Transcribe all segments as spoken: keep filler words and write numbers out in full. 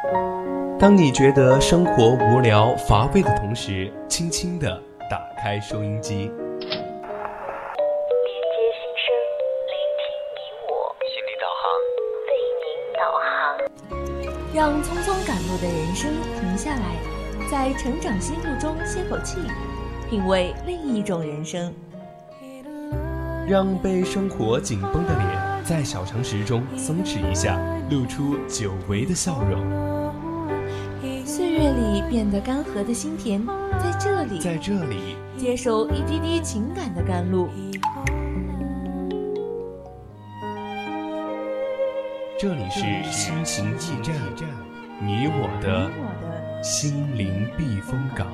当你觉得生活无聊乏味的同时，轻轻地打开收音机， 连接心声，聆听你我， 心理导航， 为您导航， 让匆匆赶路的人生停下来，在成长心路中歇口气，品味另一种人生。 让被生活紧绷的脸在小常识中松弛一下，露出久违的笑容。 岁月里变得干涸的心田，在这里， 在这里接受一滴滴情感的甘露。 这里是心情驿站，你我的心灵避风港。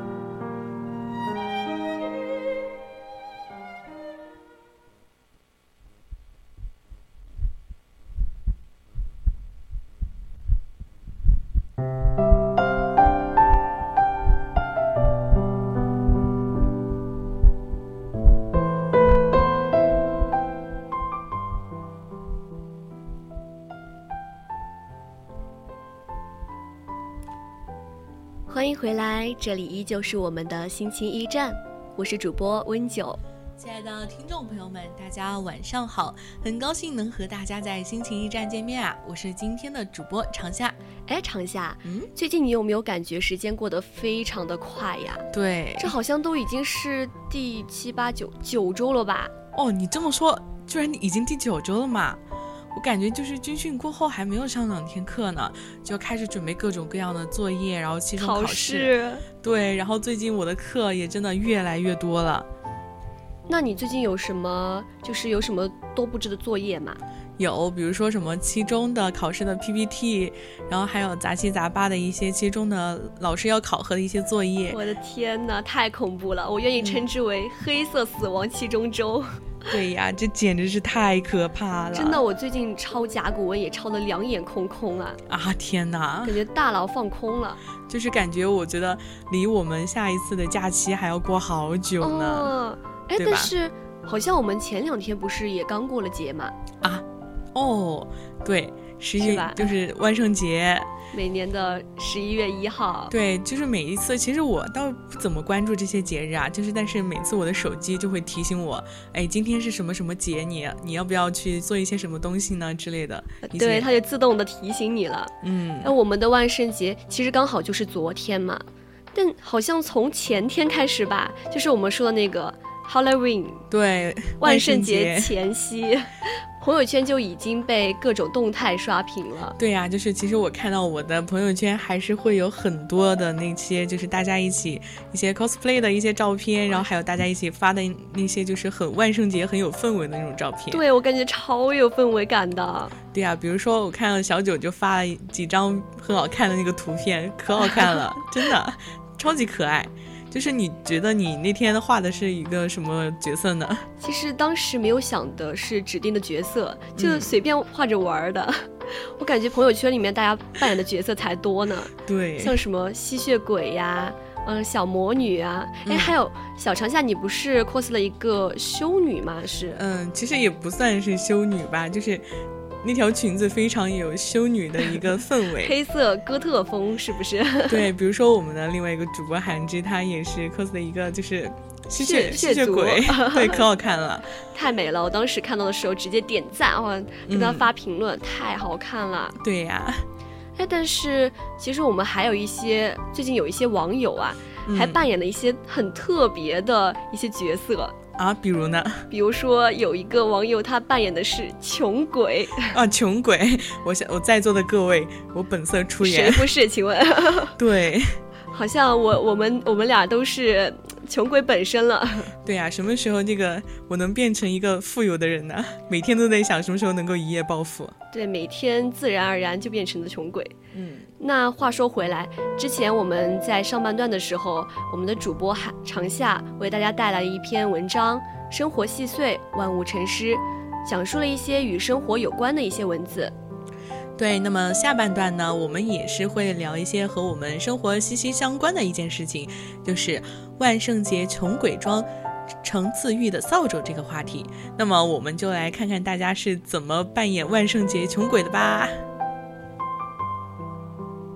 欢迎回来，这里依旧是我们的心情驿站，我是主播温九。 亲爱的听众朋友们，大家晚上好，很高兴能和大家在心情驿站见面啊！我是今天的主播长夏。 哎，长夏， 嗯， 最近你有没有感觉时间过得非常的快呀？ 对， 这好像都已经是第七八九九周了吧？ 哦，你这么说，居然已经第九周了嘛？我感觉就是军训过后还没有上两天课呢，就开始准备各种各样的作业，然后期中考试。 考试对，然后最近我的课也真的越来越多了。 那你最近有什么就是有什么多布置的作业吗？ 有，比如说什么期中的考试的 P P T， 然后还有杂七杂八的一些期中的老师要考核的一些作业。 我的天哪，太恐怖了！我愿意称之为黑色死亡期中周。 对呀，这简直是太可怕了！ 真的，我最近抄甲骨文也抄得两眼空空啊！ 啊，天哪， 感觉大脑放空了， 就是感觉我觉得离我们下一次的假期还要过好久呢。 哦，哎，但是好像我们前两天不是也刚过了节嘛？ 啊，哦，对，十一月就是万圣节。 每年的十一月一号， 对，就是每一次，其实我倒不怎么关注这些节日啊，就是但是每次我的手机就会提醒我，哎，今天是什么什么节，你你要不要去做一些什么东西呢之类的。 对，它就自动的提醒你了。 嗯， 那我们的万圣节其实刚好就是昨天嘛，但好像从前天开始吧，就是我们说的那个 Halloween， 对， 万圣节前夕。朋友圈就已经被各种动态刷屏了。 对呀、啊，就是其实我看到我的朋友圈还是会有很多的那些就是大家一起一些 cosplay 的一些照片，然后还有大家一起发的那些就是很万圣节很有氛围的那种照片。 对，我感觉超有氛围感的。 对呀、啊，比如说我看到小九就发了几张很好看的那个图片，可好看了，真的超级可爱。就是你觉得你那天画的是一个什么角色呢？ 其实当时没有想的是指定的角色，就随便画着玩的、嗯、我感觉朋友圈里面大家扮演的角色才多呢。 对， 像什么吸血鬼呀，嗯，小魔女啊，哎、嗯，还有小长夏，你不是 cos 了一个修女吗？是， 嗯，其实也不算是修女吧，就是那条裙子非常有修女的一个氛围， 黑色哥特风是不是？ 对，比如说我们的另外一个主播韩之，他也是 cos 的一个就是吸血吸血鬼，对，可好看了， 太美了！我当时看到的时候直接点赞，哇，跟他发评论、嗯，太好看了。 对呀， 哎，但是其实我们还有一些最近有一些网友啊，嗯、还扮演了一些很特别的一些角色。 啊，比如呢？ 比如说有一个网友，他扮演的是穷鬼啊，穷鬼！我想我在座的各位，我本色出演。 谁不是？请问？ 对， 好像我我们我们俩都是穷鬼本身了。 对呀、啊，什么时候这个我能变成一个富有的人呢？每天都在想什么时候能够一夜暴富。 对，每天自然而然就变成了穷鬼。 嗯， 那话说回来，之前我们在上半段的时候，我们的主播长夏为大家带来了一篇文章《生活细碎，万物成诗》，讲述了一些与生活有关的一些文字。 对，那么下半段呢，我们也是会聊一些和我们生活息息相关的一件事情，就是万圣节穷鬼装成自愈的扫帚这个话题。那么我们就来看看大家是怎么扮演万圣节穷鬼的吧。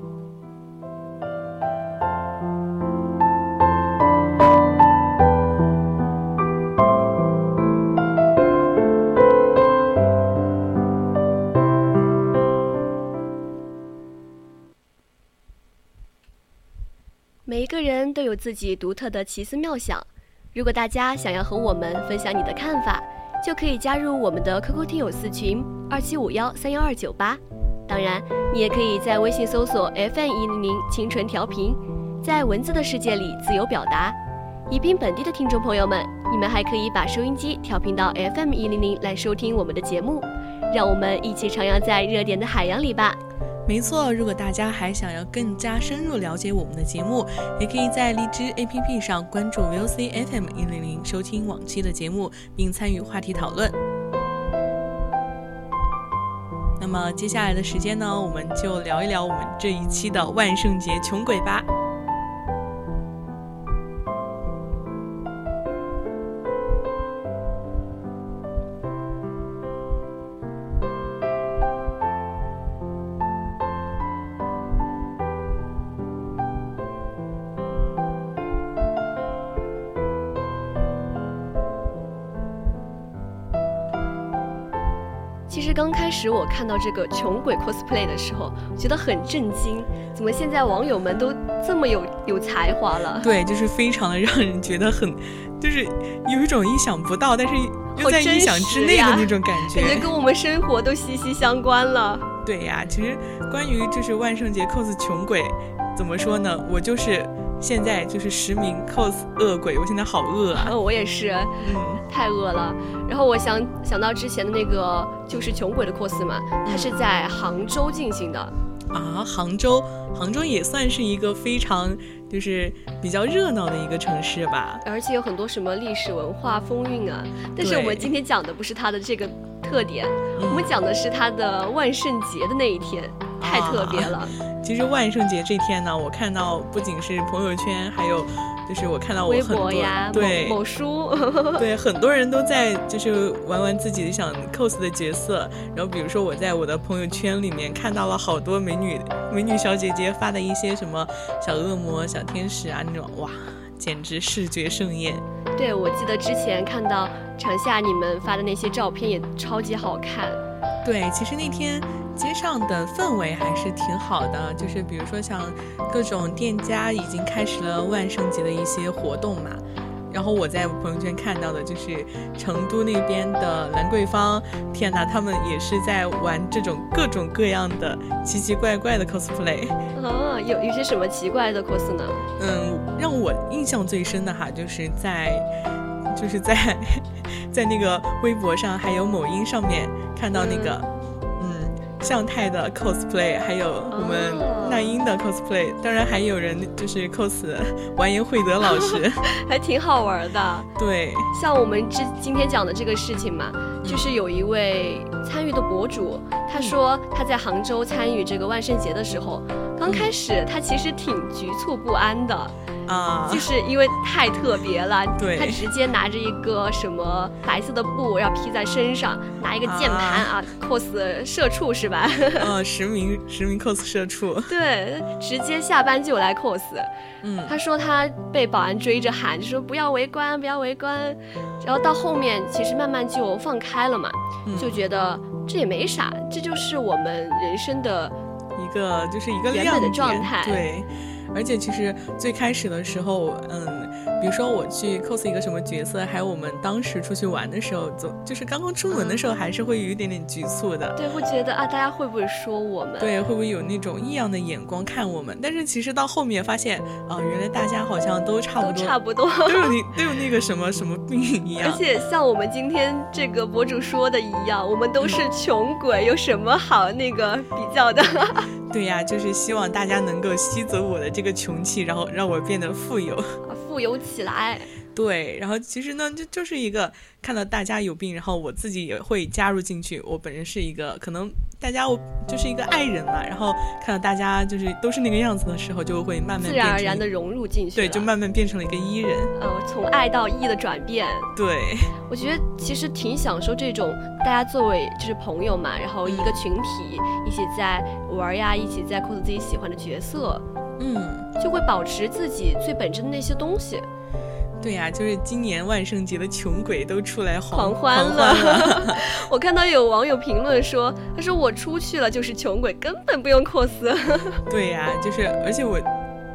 每一个人都有自己独特的奇思妙想。如果大家想要和我们分享你的看法，就可以加入我们的 Q Q 听友四群二七五幺三幺二九八。当然，你也可以在微信搜索 F M 一零零清纯调频，在文字的世界里自由表达。宜宾本地的听众朋友们，你们还可以把收音机调频到 F M 一零零来收听我们的节目，让我们一起徜徉在热点的海洋里吧。 没错，如果大家还想要更加深入了解我们的节目，也可以在荔枝 A P P 上关注 V O C F M 一零零，收听往期的节目，并参与话题讨论。那么接下来的时间呢，我们就聊一聊我们这一期的万圣节穷鬼吧。 其实刚开始我看到这个穷鬼 cosplay 的时候，觉得很震惊，怎么现在网友们都这么有有才华了？ 对，就是非常的让人觉得很，就是有一种意想不到，但是又在意想之内的那种感觉， 感觉跟我们生活都息息相关了。 对呀，其实关于就是万圣节 cos 穷鬼，怎么说呢？我就是现在就是实名 cos 恶鬼，我现在好饿啊！ 哦，我也是， 嗯， 太饿了。然后我想想到之前的那个就是穷鬼的 cos 嘛，它是在杭州进行的。 啊，杭州，杭州也算是一个非常就是比较热闹的一个城市吧， 而且有很多什么历史文化风韵啊。但是我们今天讲的不是它的这个特点， 嗯、 我们讲的是它的万圣节的那一天，太特别了。 啊、其实万圣节这天呢，我看到不仅是朋友圈，还有就是我看到我很多微博呀， 对某某书， 对，很多人都在就是玩玩自己想 cos 的角色。然后比如说我在我的朋友圈里面看到了好多美女美女小姐姐发的一些什么小恶魔、小天使啊那种，哇，简直视觉盛宴。 对，我记得之前看到场下你们发的那些照片也超级好看。 对，其实那天街上的氛围还是挺好的，就是比如说像各种店家已经开始了万圣节的一些活动嘛。然后我在朋友圈看到的就是成都那边的兰桂坊，天哪，他们也是在玩这种各种各样的奇奇怪怪的 cosplay。 啊，有有些什么奇怪的 cos 呢？ 嗯，让我印象最深的哈，就是在就是在在那个微博上还有某音上面看到那个嗯向太的 cosplay， 还有我们那英的 cosplay，哦、当然还有人就是 cos 完颜慧德老师， 还挺好玩的。 对， 像我们之今天讲的这个事情嘛，就是有一位参与的博主，他说他在杭州参与这个万圣节的时候，刚开始他其实挺局促不安的。 啊， 就是因为太特别了， 对， 他直接拿着一个什么白色的布要披在身上，拿一个键盘啊, 啊 cos 社畜是吧？ 呃，实名实名 cos 社畜， 对，直接下班就来 cos。 嗯， 他说他被保安追着喊，就说不要围观，不要围观。然后到后面其实慢慢就放开了嘛， 嗯、 就觉得这也没啥，这就是我们人生的一个就是一个原本的状态， 对。而且其实最开始的时候，嗯，比如说我去 cos 一个什么角色，还有我们当时出去玩的时候，总就是刚刚出门的时候，还是会有一点点局促的。 对，会觉得啊，大家会不会说我们？ 对，会不会有那种异样的眼光看我们？但是其实到后面发现，啊，原来大家好像都差不多， 都差不多， 都有那都有那个什么什么病一样。 而且像我们今天这个博主说的一样，我们都是穷鬼，有什么好那个比较的？ 对呀，就是希望大家能够吸走我的这个穷气，然后让我变得富有， 富有起来。 对，然后其实呢，就就是一个看到大家有病，然后我自己也会加入进去。我本人是一个可能大家我就是一个爱人嘛，然后看到大家就是都是那个样子的时候，就会慢慢自然而然的融入进去。 对，就慢慢变成了一个E人。 呃，从爱到E的转变。 对， 我觉得其实挺享受这种大家作为就是朋友嘛，然后一个群体一起在玩呀，一起在 cos 自己喜欢的角色， 嗯， 就会保持自己最本真的那些东西。 对呀、啊，就是今年万圣节的穷鬼都出来狂欢了。了我看到有网友评论说，他说我出去了就是穷鬼，根本不用 cos。 对呀、啊，就是而且我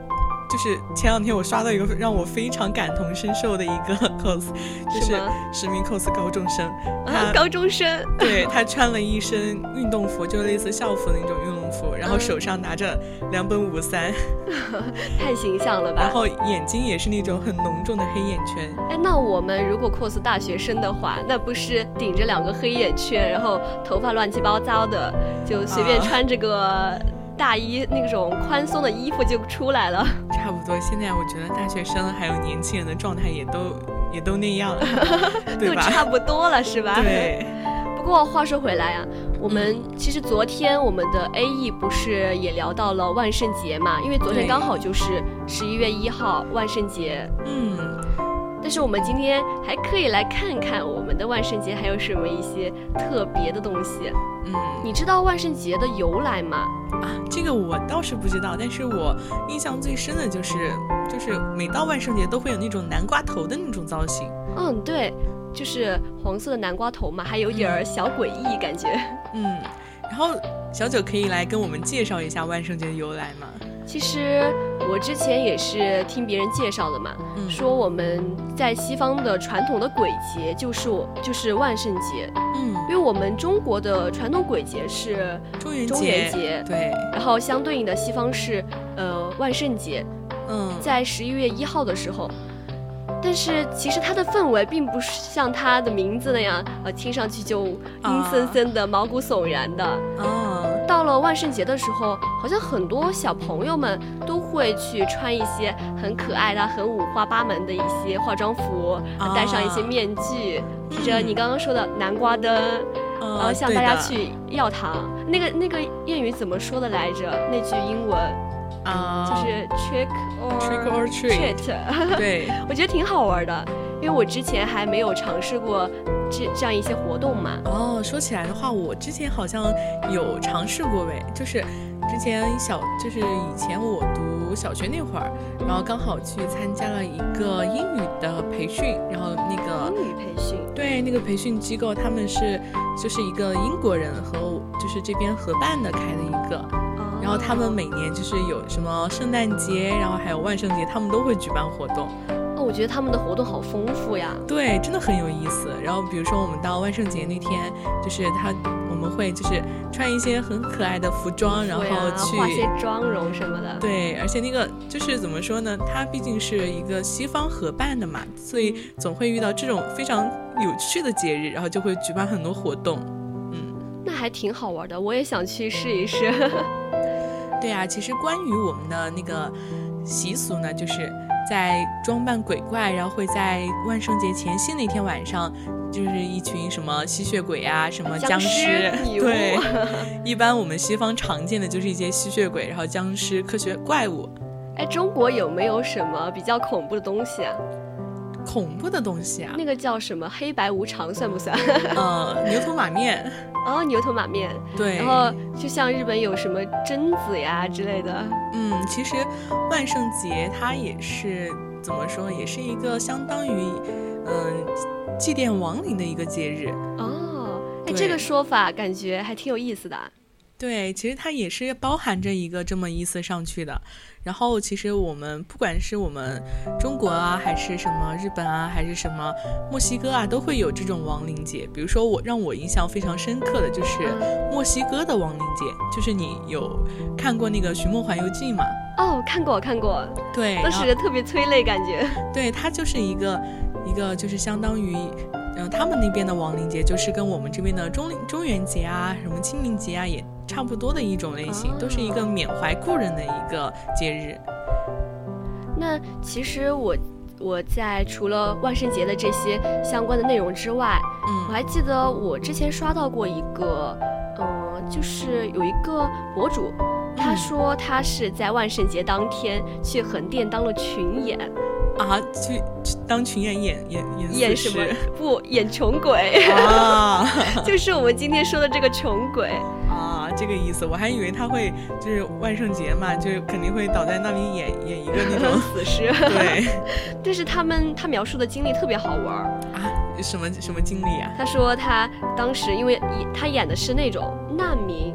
就是前两天我刷到一个让我非常感同身受的一个 cos， 就是实名 cos 高中生， 啊，高中生， 对，他穿了一身运动服，就类似校服的那种运动服，然后手上拿着两本五三， 太形象了吧？ 然后眼睛也是那种很浓重的黑眼圈。 哎，那我们如果 cos 大学生的话，那不是顶着两个黑眼圈，然后头发乱七八糟的，就随便穿这个大衣、啊、那种宽松的衣服就出来了。 差不多，现在我觉得大学生还有年轻人的状态也都也都那样，对吧？ 都差不多了，是吧？ 对。 不过话说回来啊，我们其实昨天我们的 A E 不是也聊到了万圣节嘛？因为昨天刚好就是十一月一号万圣节。 嗯。 但是我们今天还可以来看看我们的万圣节还有什么一些特别的东西。 嗯， 你知道万圣节的由来吗？ 啊，这个我倒是不知道，但是我印象最深的就是就是每到万圣节都会有那种南瓜头的那种造型。 嗯，对，就是黄色的南瓜头嘛，还有点小诡异感觉。 嗯，然后小九可以来跟我们介绍一下万圣节的由来吗？ 其实我之前也是听别人介绍的嘛，嗯、说我们在西方的传统的鬼节就是就是万圣节， 嗯， 因为我们中国的传统鬼节是中元节， 中元节对， 然后相对应的西方是呃万圣节， 嗯， 在十一月一号的时候。但是其实它的氛围并不是像它的名字那样，呃，听上去就阴森森的、啊、毛骨悚然的。 啊， 到了万圣节的时候，好像很多小朋友们都会去穿一些很可爱的、很五花八门的一些化妆服，啊、戴上一些面具，提着你刚刚说的南瓜灯， 嗯、 然后向大家去要糖。那个那个谚语怎么说的来着？那句英文。 啊、 uh, 就是 trick or trick or treat， 对，我觉得挺好玩的，因为我之前还没有尝试过这这样一些活动嘛。 哦，说起来的话，我之前好像有尝试过呗，就是之前小，就是以前我读小学那会儿，然后刚好去参加了一个英语的培训，然后那个英语培训， 对，那个培训机构他们是就是一个英国人和就是这边合办的开的一个。然后他们每年就是有什么圣诞节，然后还有万圣节，他们都会举办活动。 哦，我觉得他们的活动好丰富呀。 对，真的很有意思。然后比如说我们到万圣节那天，就是他我们会就是穿一些很可爱的服装，然后去化些妆容什么的。 对，而且那个就是怎么说呢？它毕竟是一个西方合办的嘛，所以总会遇到这种非常有趣的节日，然后就会举办很多活动。嗯， 那还挺好玩的，我也想去试一试。 对啊，其实关于我们的那个习俗呢，就是在装扮鬼怪，然后会在万圣节前夕那天晚上，就是一群什么吸血鬼啊，什么僵尸，对，一般我们西方常见的就是一些吸血鬼，然后僵尸、科学怪物。 哎，中国有没有什么比较恐怖的东西啊？ 恐怖的东西啊？ 那个叫什么黑白无常算不算？ 呃，牛头马面。 哦，牛头马面。 对。 然后就像日本有什么贞子呀之类的。 嗯，其实万圣节它也是怎么说，也是一个相当于嗯、呃、祭奠亡灵的一个节日。 哦，哎，这个说法感觉还挺有意思的。 对，其实它也是包含着一个这么意思上去的。然后其实我们不管是我们中国啊，还是什么日本啊，还是什么墨西哥啊，都会有这种亡灵节。比如说我让我印象非常深刻的就是墨西哥的亡灵节，就是你有看过那个《寻梦环游记》吗？ 哦，看过看过。 对， 当时特别催泪感觉。 对，它就是一个一个就是相当于嗯，他们那边的亡灵节就是跟我们这边的中中元节啊，什么清明节啊也差不多的一种类型，都是一个缅怀故人的一个节日。 那其实我我在除了万圣节的这些相关的内容之外， 嗯， 我还记得我之前刷到过一个，嗯、呃，就是有一个博主，他说他是在万圣节当天去横店当了群演。 啊，去当群演演演演演什么？不，演穷鬼啊， 就是我们今天说的这个穷鬼啊，这个意思。我还以为他会就是万圣节嘛，就是肯定会倒在那里演演一个那种死尸。 对， 但是他们他描述的经历特别好玩啊，什么什么经历啊？ 他说他当时因为他演的是那种难民。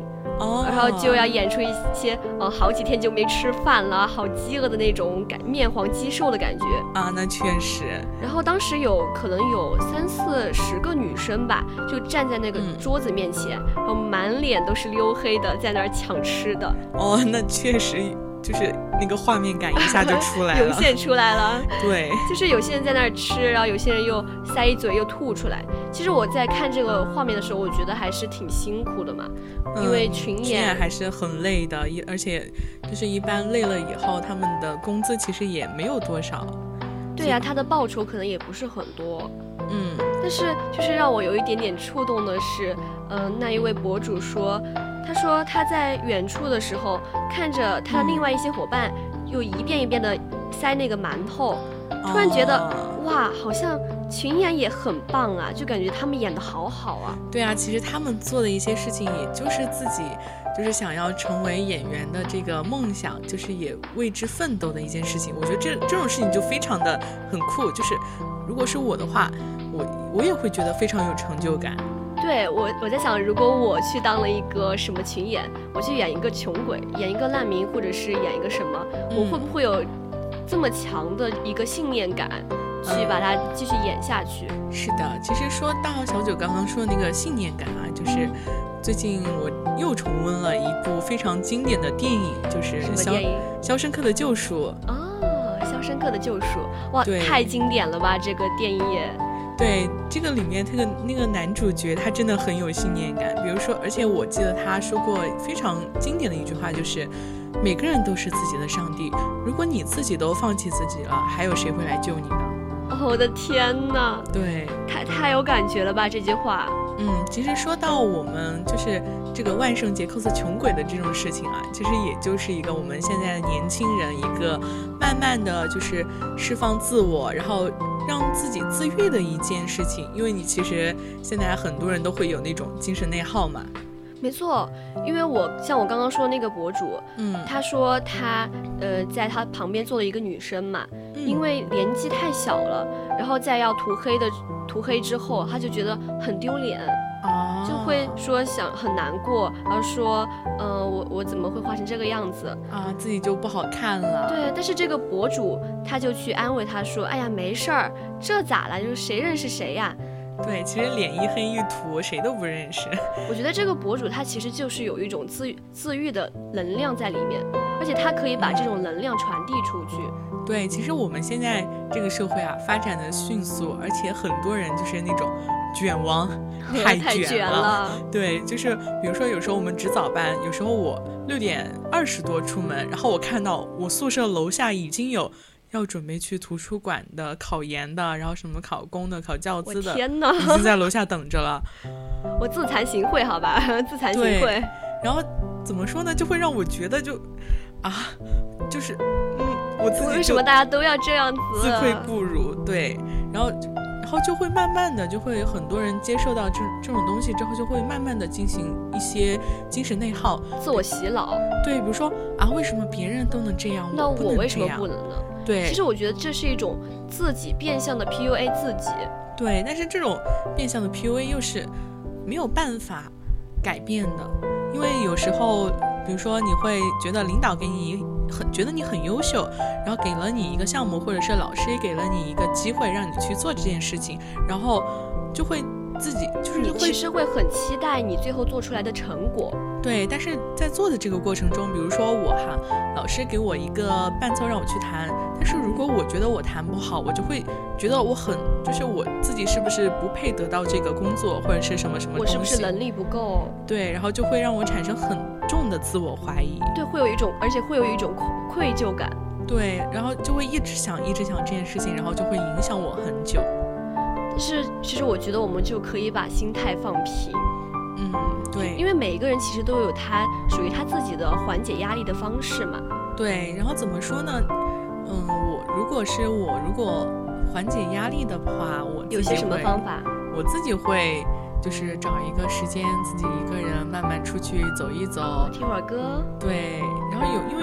哦， 然后就要演出一些呃好几天就没吃饭了，好饥饿的那种感，面黄肌瘦的感觉啊，那确实。 然后当时有可能有三四十个女生吧，就站在那个桌子面前，嗯、然后满脸都是黝黑的，在那儿抢吃的。 哦，那确实就是那个画面感一下就出来了， 涌现出来了。 对， 就是有些人在那儿吃，然后有些人又塞一嘴又吐出来。其实我在看这个画面的时候，我觉得还是挺辛苦的嘛，嗯、因为群演群演还是很累的，而且就是一般累了以后，他们的工资其实也没有多少。 对呀、啊，他的报酬可能也不是很多。 嗯， 但是就是让我有一点点触动的是，嗯、呃，那一位博主说，他说他在远处的时候看着他的另外一些伙伴又一遍一遍的塞那个馒头，突然觉得、哦、哇，好像群演也很棒啊，就感觉他们演得好好啊。 对啊，其实他们做的一些事情，也就是自己就是想要成为演员的这个梦想，就是也为之奋斗的一件事情。我觉得这这种事情就非常的很酷，就是如果是我的话，我我也会觉得非常有成就感。 对，我我在想，如果我去当了一个什么群演，我去演一个穷鬼，演一个难民，或者是演一个什么，嗯、我会不会有这么强的一个信念感，去把它继续演下去？ 嗯、是的，其实说到小九刚刚说的那个信念感啊，就是最近我又重温了一部非常经典的电影，就是什么电影？ 《肖申克的救赎》。 哦，《肖申克的救赎》，哇，太经典了吧！这个电影也。 对，这个里面这个那个男主角他真的很有信念感，比如说，而且我记得他说过非常经典的一句话，就是每个人都是自己的上帝，如果你自己都放弃自己了，还有谁会来救你呢？ 哦，我的天哪！ 对， 太太有感觉了吧这句话。 嗯，其实说到我们就是这个万圣节 cos 穷鬼的这种事情啊，其实也就是一个我们现在的年轻人一个慢慢的就是释放自我，然后让自己自愈的一件事情。因为你其实现在很多人都会有那种精神内耗嘛。 没错，因为我像我刚刚说那个博主，嗯，他说他呃在他旁边坐了一个女生嘛，嗯、因为年纪太小了，然后在要涂黑的涂黑之后，他就觉得很丢脸， 哦， 就会说想很难过，然后说，嗯、呃，我我怎么会画成这个样子啊，自己就不好看了。 对，但是这个博主他就去安慰他说，哎呀没事儿，这咋了？就是谁认识谁呀？ 对，其实脸一黑一涂，谁都不认识。 我觉得这个博主他其实就是有一种自自愈的能量在里面，而且他可以把这种能量传递出去。 对，其实我们现在这个社会啊，发展的迅速，而且很多人就是那种卷王，太卷了。 太卷了。 对，就是比如说有时候我们值早班，有时候我六点二十多出门，然后我看到我宿舍楼下已经有要准备去图书馆的、考研的，然后什么考公的、考教资的， 天哪， 已经在楼下等着了。 我自惭形秽，好吧，自惭形秽。 然后怎么说呢，就会让我觉得就啊，就是嗯，我自己为什么大家都要这样子？ 自愧不如，对，然后。然后就会慢慢的，就会很多人接受到这这种东西之后，就会慢慢的进行一些精神内耗、 自我洗脑。 对，比如说啊，为什么别人都能这样， 那我我为什么不能呢？ 对， 其实我觉得这是一种自己变相的 P U A 自己。 对，但是这种变相的 P U A 又是没有办法改变的，因为有时候，比如说你会觉得领导给你很觉得你很优秀，然后给了你一个项目，或者是老师给了你一个机会让你去做这件事情，然后就会自己就是你其实会很期待你最后做出来的成果。 对，但是在做的这个过程中，比如说我哈，老师给我一个伴奏让我去弹，但是如果我觉得我弹不好，我就会觉得我很就是我自己是不是不配得到这个工作，或者是什么什么东西， 我是不是能力不够？ 对，然后就会让我产生很重的自我怀疑。 对，会有一种，而且会有一种愧疚感。 对，然后就会一直想一直想这件事情，然后就会影响我很久。 但是其实我觉得我们就可以把心态放平。 嗯，对， 因为每一个人其实都有他属于他自己的缓解压力的方式嘛。 对，然后怎么说呢？嗯，我如果是我如果缓解压力的话，我自己有些什么方法？ 我自己会就是找一个时间，自己一个人慢慢出去走一走， 听会儿歌。 对，然后有因为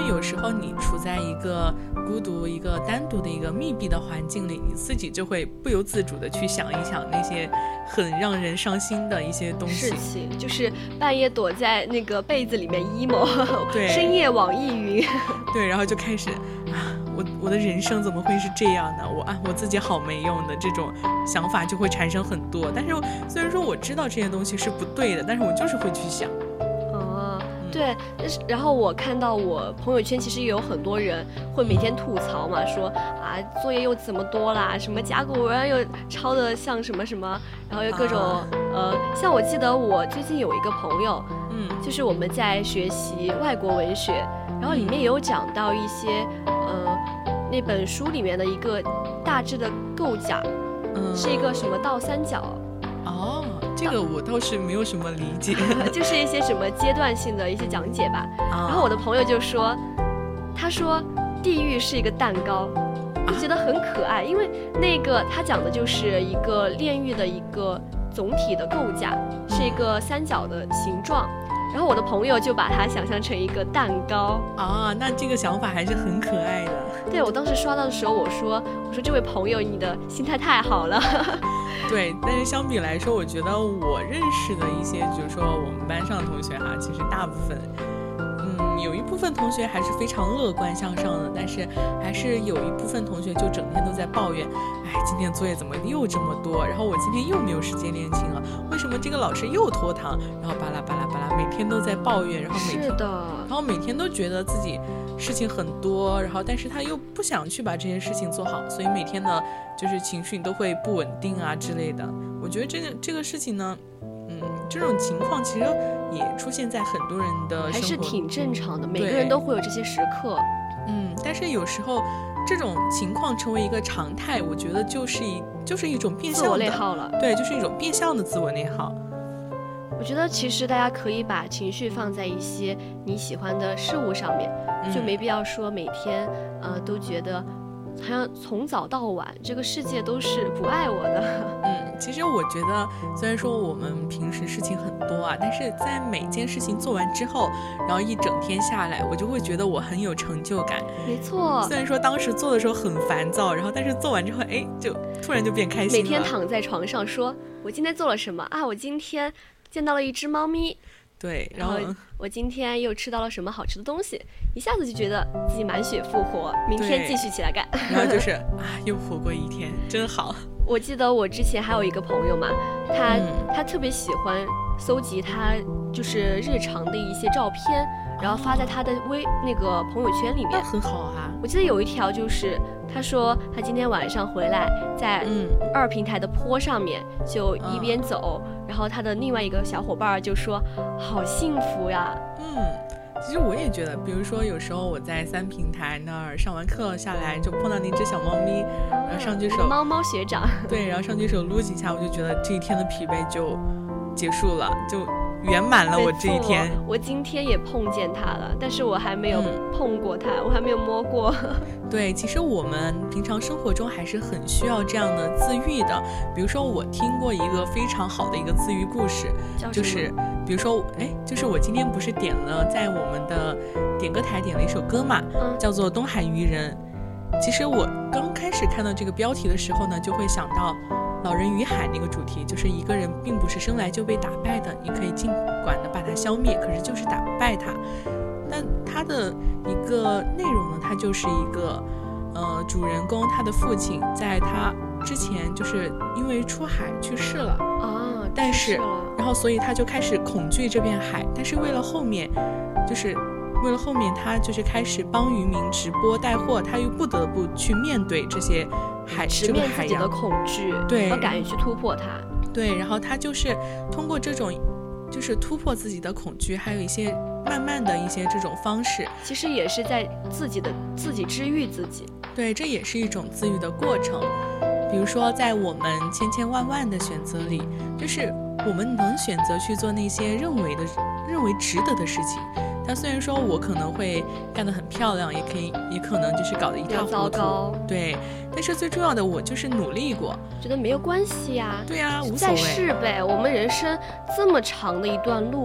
有时候你处在一个孤独、一个单独的一个密闭的环境里，你自己就会不由自主的去想一想那些很让人伤心的一些东西。 事情就是半夜躲在那个被子里面 emo， 对， 深夜网易云， 对，然后就开始啊，我我的人生怎么会是这样呢？我啊，我自己好没用的，这种想法就会产生很多。但是虽然说我知道这些东西是不对的，但是我就是会去想。 对，但是然后我看到我朋友圈其实也有很多人会每天吐槽嘛，说啊作业又这么多啦，什么甲骨文又抄的像什么什么，然后又各种、啊、呃，像我记得我最近有一个朋友，嗯，就是我们在学习外国文学，然后里面有讲到一些呃那本书里面的一个大致的构架，嗯，是一个什么倒三角。 哦，这个我倒是没有什么理解， 就是一些什么阶段性的一些讲解吧。哦、然后我的朋友就说，他说地狱是一个蛋糕，我觉得很可爱，因为那个他讲的就是一个炼狱的一个总体的构架，是一个三角的形状。然后我的朋友就把它想象成一个蛋糕啊，那这个想法还是很可爱的。 对，我当时刷到的时候，我说我说这位朋友，你的心态太好了。 对，但是相比来说，我觉得我认识的一些，就是说我们班上的同学哈，其实大部分，嗯，有一部分同学还是非常乐观向上的，但是还是有一部分同学就整天都在抱怨，哎，今天作业怎么又这么多？然后我今天又没有时间练琴了，为什么这个老师又拖堂？然后巴拉巴拉巴拉，每天都在抱怨，然后每天， 是的， 然后每天都觉得自己事情很多，然后但是他又不想去把这些事情做好，所以每天呢，就是情绪都会不稳定啊之类的。我觉得这个这个事情呢，嗯，这种情况其实也出现在很多人的生活， 还是挺正常的，每个人都会有这些时刻。 嗯，但是有时候这种情况成为一个常态，我觉得就是一就是一种变相的自我内耗了。 对，就是一种变相的自我内耗。 我觉得其实大家可以把情绪放在一些你喜欢的事物上面，嗯、就没必要说每天呃都觉得好像从早到晚这个世界都是不爱我的。 嗯，其实我觉得虽然说我们平时事情很多啊，但是在每件事情做完之后，然后一整天下来，我就会觉得我很有成就感。 没错， 虽然说当时做的时候很烦躁，然后但是做完之后，哎，就突然就变开心了。 每天躺在床上说，我今天做了什么啊？我今天见到了一只猫咪， 对， 然后我今天又吃到了什么好吃的东西，一下子就觉得自己满血复活，明天继续起来干。 然后就是啊，又活过一天，真好。 我记得我之前还有一个朋友嘛，他、嗯、他特别喜欢搜集他就是日常的一些照片，然后发在他的微、哦、那个朋友圈里面， 那很好啊。 我记得有一条就是他说他今天晚上回来，在二平台的坡上面就一边走、嗯，然后他的另外一个小伙伴就说好幸福呀。 嗯，其实我也觉得，比如说有时候我在三平台那儿上完课下来，就碰到那只小猫咪，然后上举手， 猫猫学长， 对，然后上举手撸几下，我就觉得这一天的疲惫就结束了，就圆满了我这一天。 我今天也碰见它了，但是我还没有碰过它、嗯、我还没有摸过。 对，其实我们平常生活中还是很需要这样的自愈的。比如说我听过一个非常好的一个自愈故事，就是比如说哎，就是我今天不是点了在我们的点歌台点了一首歌嘛、嗯、叫做东海渔人。其实我刚开始看到这个标题的时候呢，就会想到老人与海那个主题，就是一个人并不是生来就被打败的，你可以尽管的把它消灭，可是就是打不败它。但它的一个内容呢，它就是一个呃主人公他的父亲在他之前就是因为出海去世了啊， 但是然后所以他就开始恐惧这片海，但是为了后面就是为了后面他就是开始帮渔民直播带货，他又不得不去面对这些海直面自己的恐惧， 对， 要敢于去突破它。 对，然后他就是通过这种就是突破自己的恐惧，还有一些慢慢的一些这种方式， 其实也是在自己的自己治愈自己。 对，这也是一种自愈的过程。比如说在我们千千万万的选择里，就是我们能选择去做那些认为的认为值得的事情。但虽然说我可能会干得很漂亮，也可以也可能就是搞得一塌糊涂， 糟糕， 对，但是最重要的我就是努力过， 觉得没有关系呀。 对呀，无所谓， 再试呗。我们人生这么长的一段路，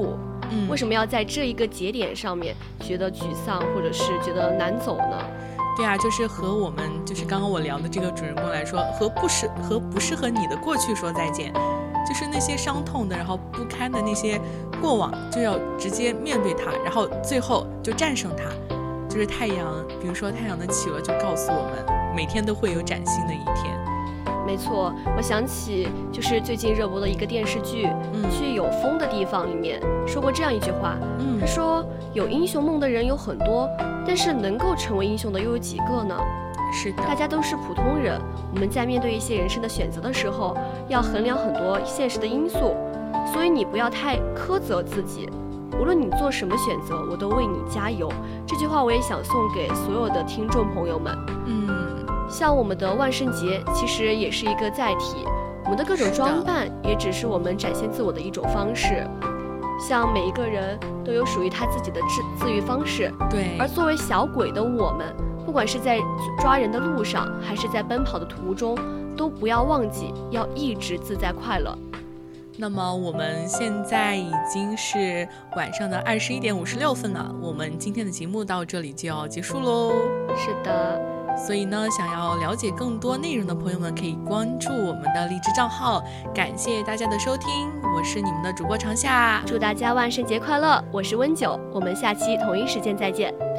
嗯， 为什么要在这一个节点上面觉得沮丧，或者是觉得难走呢？ 对啊，就是和我们就是刚刚我聊的这个主人公来说，和不适和不适合你的过去说再见，就是那些伤痛的，然后不堪的那些过往，就要直接面对它，然后最后就战胜它。就是太阳，比如说太阳的企鹅就告诉我们，每天都会有崭新的一天。 没错，我想起就是最近热播的一个电视剧《 嗯、 去有风的地方》里面说过这样一句话， 嗯， 他说有英雄梦的人有很多，但是能够成为英雄的又有几个呢？ 是的， 大家都是普通人，我们在面对一些人生的选择的时候，要衡量很多现实的因素，所以你不要太苛责自己。无论你做什么选择，我都为你加油。这句话我也想送给所有的听众朋友们。 嗯， 像我们的万圣节其实也是一个载体，我们的各种装扮也只是我们展现自我的一种方式。像每一个人都有属于他自己的自自愈方式， 对。 而作为小鬼的我们，不管是在抓人的路上，还是在奔跑的途中，都不要忘记要一直自在快乐。 那么我们现在已经是晚上的二十一点五十六分了，我们今天的节目到这里就要结束喽。 是的， 所以呢，想要了解更多内容的朋友们可以关注我们的荔枝账号。感谢大家的收听，我是你们的主播长夏， 祝大家万圣节快乐！我是温九，我们下期同一时间再见。